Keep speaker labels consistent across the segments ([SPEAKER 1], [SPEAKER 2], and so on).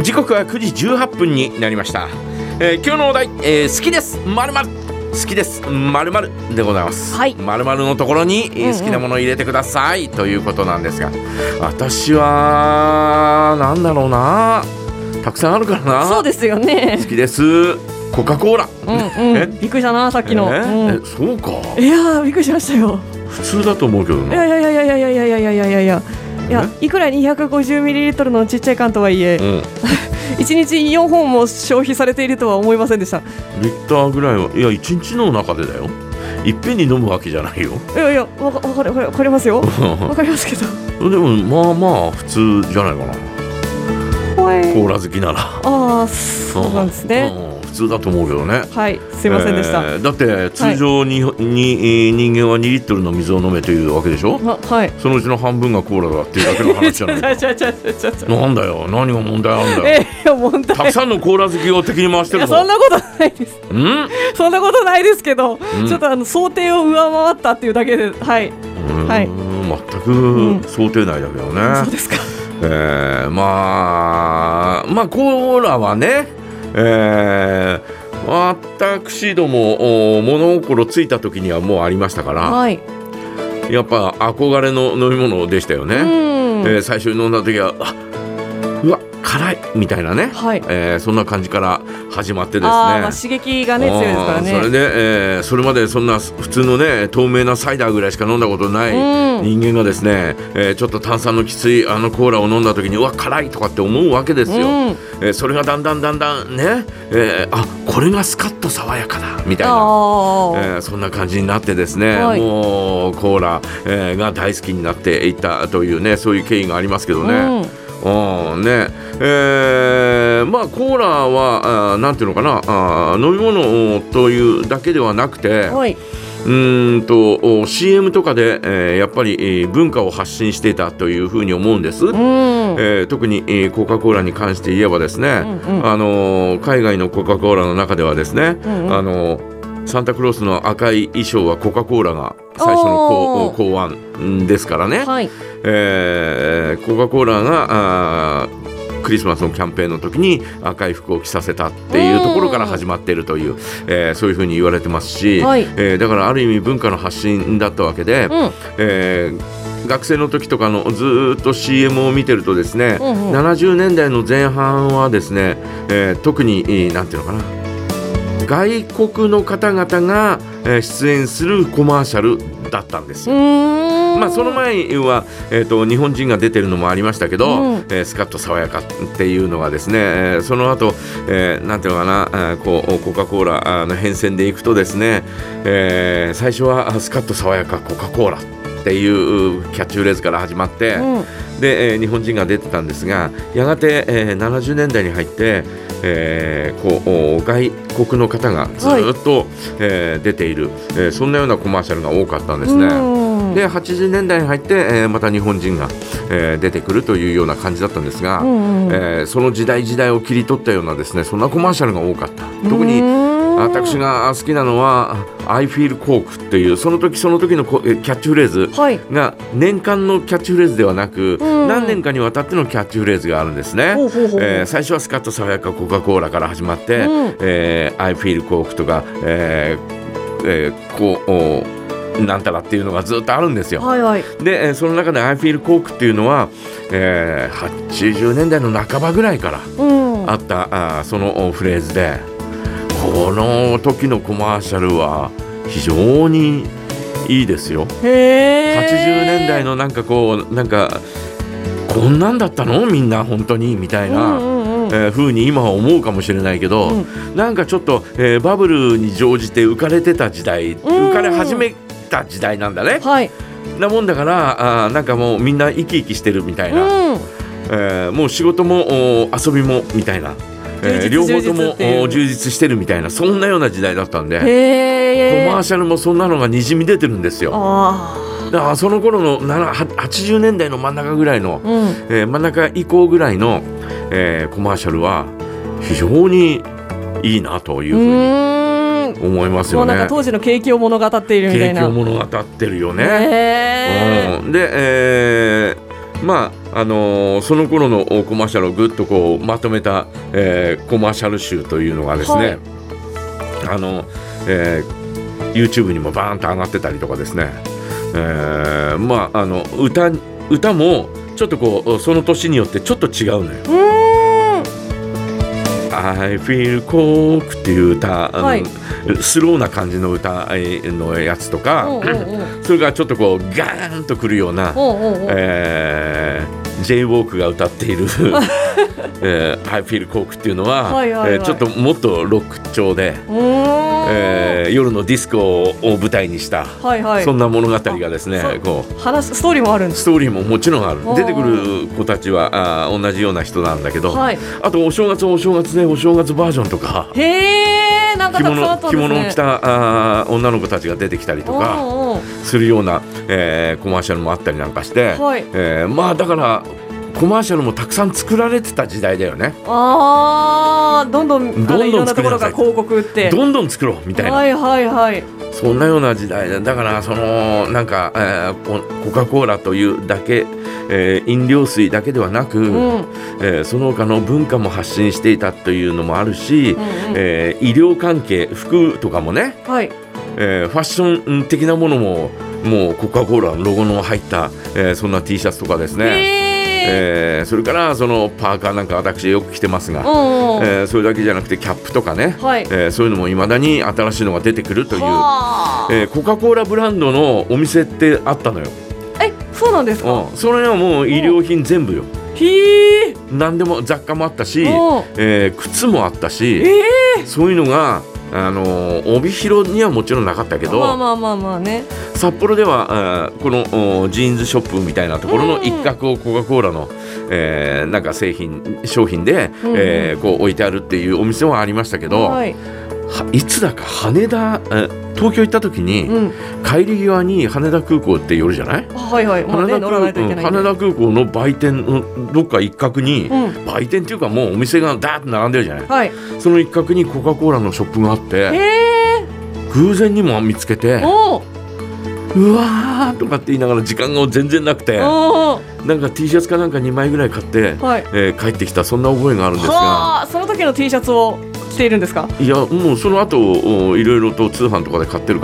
[SPEAKER 1] 時刻は9時18分になりました。今日のお題、好きです〇〇、好きです〇〇でございます。〇〇のところに、好きなものを入れてくださいということなんですが、私はなんだろうな、たくさんあるからな。
[SPEAKER 2] そうですよね。
[SPEAKER 1] 好きですコカ・コーラ、
[SPEAKER 2] びっくりしたな、さっきの、
[SPEAKER 1] そうか。
[SPEAKER 2] いやびっくりしましたよ。
[SPEAKER 1] 普通だと思うけどな。
[SPEAKER 2] いくら 250ml のちっちゃい缶とはいえ、1日4本も消費されているとは思いませんでした。
[SPEAKER 1] リッターぐらいは、いや1日の中でだよ。いっぺんに飲むわけじゃないよ。
[SPEAKER 2] わかりますよ。わかりますけど。
[SPEAKER 1] でもまあまあ普通じゃないかな。コーラ好きなら。
[SPEAKER 2] ああ、そうなんですね。
[SPEAKER 1] 普通だと思うけどね。
[SPEAKER 2] はい、すいませんでした。
[SPEAKER 1] だって通常に、人間は2リットルの水を飲めというわけでしょ。はい。そのうちの半分がコーラだっていうだけの話じゃないか。なんだよ、何が問題あるんだよ。たくさんのコーラ好きを敵に回してるぞ。
[SPEAKER 2] そんなことないです。そんなことないですけど、ちょっと想定を上回ったっていうだけで、はい。
[SPEAKER 1] 全く想定内だけどね。
[SPEAKER 2] そうですか。
[SPEAKER 1] まあコーラはね、私ども物心ついた時にはもうありましたから、やっぱ憧れの飲み物でしたよね。最初に飲んだ時はうわ辛いみたいなね、そんな感じから始まってですね。
[SPEAKER 2] 刺激がね強いですからね。
[SPEAKER 1] それで、それまでそんな普通のね透明なサイダーぐらいしか飲んだことない人間がですね、ちょっと炭酸のきついコーラを飲んだ時にうわ辛いとかって思うわけですよ。それがだんだんね、これがスカッと爽やかだみたいな、そんな感じになってですね、もうコーラ、が大好きになっていったというね、そういう経緯がありますけどね。まあコーラはなんていうのかな、飲み物というだけではなくて、CM とかで、やっぱり、文化を発信していたというふうに思うんです。特に、コカ・コーラに関して言えばですね、海外のコカ・コーラの中ではですね、サンタクロースの赤い衣装はコカ・コーラが最初の考案ですからね。コカ・コーラがクリスマスのキャンペーンの時に赤い服を着させたっていうところから始まっているという、そういうふうに言われてますし、だからある意味文化の発信だったわけで、学生の時とかのずっと CM を見てるとですね、70年代の前半はですね、特になんていうのかな、外国の方々が出演するコマーシャルだったんですよ。その前は、日本人が出てるのもありましたけど、スカッと爽やかっていうのがですね、その後、なんていうのかな、コカ・コーラの変遷でいくとですね、最初はスカッと爽やかコカ・コーラっていうキャッチフレーズから始まって、で、日本人が出てたんですが、やがて、70年代に入って、外国の方がずっと、出ている、そんなようなコマーシャルが多かったんですね。で80年代に入って、また日本人が、出てくるというような感じだったんですが、その時代を切り取ったようなですね、そんなコマーシャルが多かった。特に私が好きなのは I feel coke っていうその時のキャッチフレーズが年間のキャッチフレーズではなく、何年かにわたってのキャッチフレーズがあるんですね。最初はスカッと爽やかコカ・コーラから始まって、I feel coke とか、なんたらっていうのがずっとあるんですよ。で、その中で I feel coke っていうのは、80年代の半ばぐらいからあった、そのフレーズで、この時のコマーシャルは非常にいいですよ。80年代のなんかこんなんだったのみんな本当にみたいな風に今は思うかもしれないけど、なんかちょっと、バブルに乗じて浮かれてた時代、浮かれ始めた時代なんだね。なもんだからなんかもうみんな生き生きしてるみたいな、もう仕事も遊びもみたいな、両方とも充実してるみたいな、そんなような時代だったんで、コマーシャルもそんなのがにじみ出てるんですよ。だからその頃の80年代の真ん中ぐらいの、真ん中以降ぐらいの、コマーシャルは非常にいいなというふうに思いますよね。
[SPEAKER 2] もうなんか当時の景気を物語っているみたいな。
[SPEAKER 1] 景気を物語ってるよね。で、まあその頃のコマーシャルをぐっとこうまとめた、コマーシャル集というのがですね、YouTube にもバーンと上がってたりとかですね、まあ歌もちょっとこうその年によってちょっと違うのよ。I feel coke っていう歌、スローな感じの歌のやつとか、それからちょっとこうガーンとくるような、J ウォークが歌っているI feel coke っていうのは、ちょっともっとロック調で、夜のディスコを舞台にした、そんな物語がですね、こう
[SPEAKER 2] ストーリーもあるんです。
[SPEAKER 1] ストーリーももちろんある。出てくる子たちは同じような人なんだけど、あとお正月でお正月バージョンとか、
[SPEAKER 2] なんかたくさんあったんですね。
[SPEAKER 1] 着物を着た女の子たちが出てきたりとかするような、コマーシャルもあったりなんかして、まあだからコマーシャルもたくさん作られてた時代だよね。
[SPEAKER 2] どんどんいろんなところが広告打って
[SPEAKER 1] どんどん作ろうみたいな、そんなような時代だからそのなんか、コカ・コーラというだけ、飲料水だけではなく、その他の文化も発信していたというのもあるし、医療関係服とかもね、ファッション的なものももうコカ・コーラのロゴの入った、そんな T シャツとかですね、それからそのパーカーなんか私よく着てますが、それだけじゃなくてキャップとかね、そういうのもいまだに新しいのが出てくるという、コカ・コーラブランドのお店ってあったのよ。
[SPEAKER 2] そうなんですか。
[SPEAKER 1] それはもう衣料品全部よ。何でも雑貨もあったし、靴もあったし、そういうのが帯広にはもちろんなかったけど、札幌ではこのジーンズショップみたいなところの一角をコカ・コーラの、なんか商品で、こう置いてあるっていうお店はありましたけど、いつだか羽田、東京行った時に、帰り際に羽田空港って寄るじゃない。羽田空港の売店のどっか一角に、売店っていうかもうお店がダーッと並んでるじゃない、その一角にコカ・コーラのショップがあって、偶然にも見つけて、うわーとかって言いながら時間が全然なくて、なんか T シャツかなんか2枚ぐらい買って、帰ってきたそんな覚えがあるんですが、
[SPEAKER 2] その時の T シャツを着ているんですか。
[SPEAKER 1] いやもうその後いろいろと通販とかで買ってるから、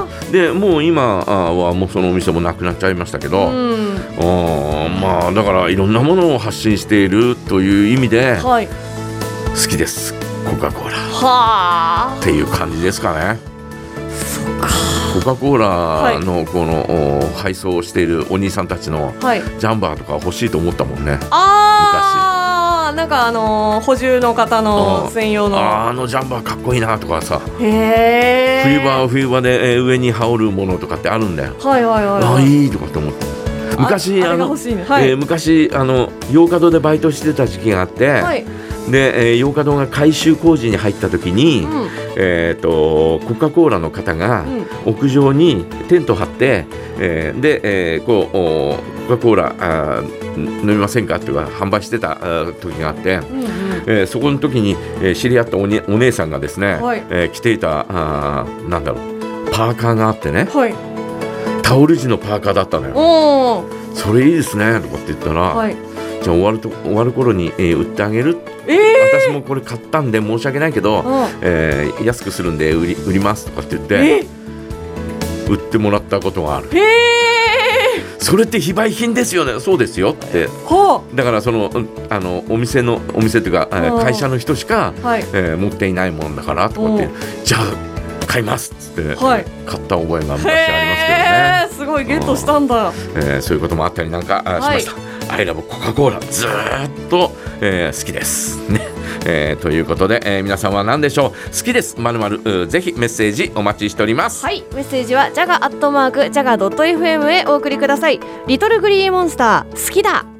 [SPEAKER 1] でもう今はもうそのお店もなくなっちゃいましたけど、まあだからいろんなものを発信しているという意味で、好きですコカ・コーラっていう感じですかね。コカ・コーラのこの配送をしているお兄さんたちのジャンバーとか欲しいと思ったもんね、
[SPEAKER 2] なんか補充の方の専用の
[SPEAKER 1] ジャンバーかっこいいなとかさ、冬場は冬場で、上に羽織るものとかってあるんだよ。いいとかって思って昔昔洋華堂でバイトしてた時期があって、で洋華堂が改修工事に入った時に、コカ・コーラの方が屋上にテント張って、で、こうコカ・コーラ飲みませんかっていうか販売してた時があって、そこの時に、知り合ったお姉さんがですね、着ていたなんだろうパーカーがあってね、タオル地のパーカーだったのよ。それいいですねとかって言ったら、じゃあ終わる頃に、売ってあげる、私もこれ買ったんで申し訳ないけど、安くするんで売りますとかって言って、売ってもらったことがある。それって非売品ですよね。そうですよって、だからそのお店というか、会社の人しか、持っていないもんだからとかって、じゃあ買いますっつって、買った覚えが昔ありますけどね。
[SPEAKER 2] すごいゲットしたんだ。
[SPEAKER 1] そういうこともあったりなんかしました。アイラブコカ・コーラずーっと、好きですね、ということで、皆さんは何でしょう。好きです〇〇、ぜひメッセージお待ちしております。
[SPEAKER 2] メッセージはjaga@jaga.fm へお送りください。リトルグリーンモンスター好きだ。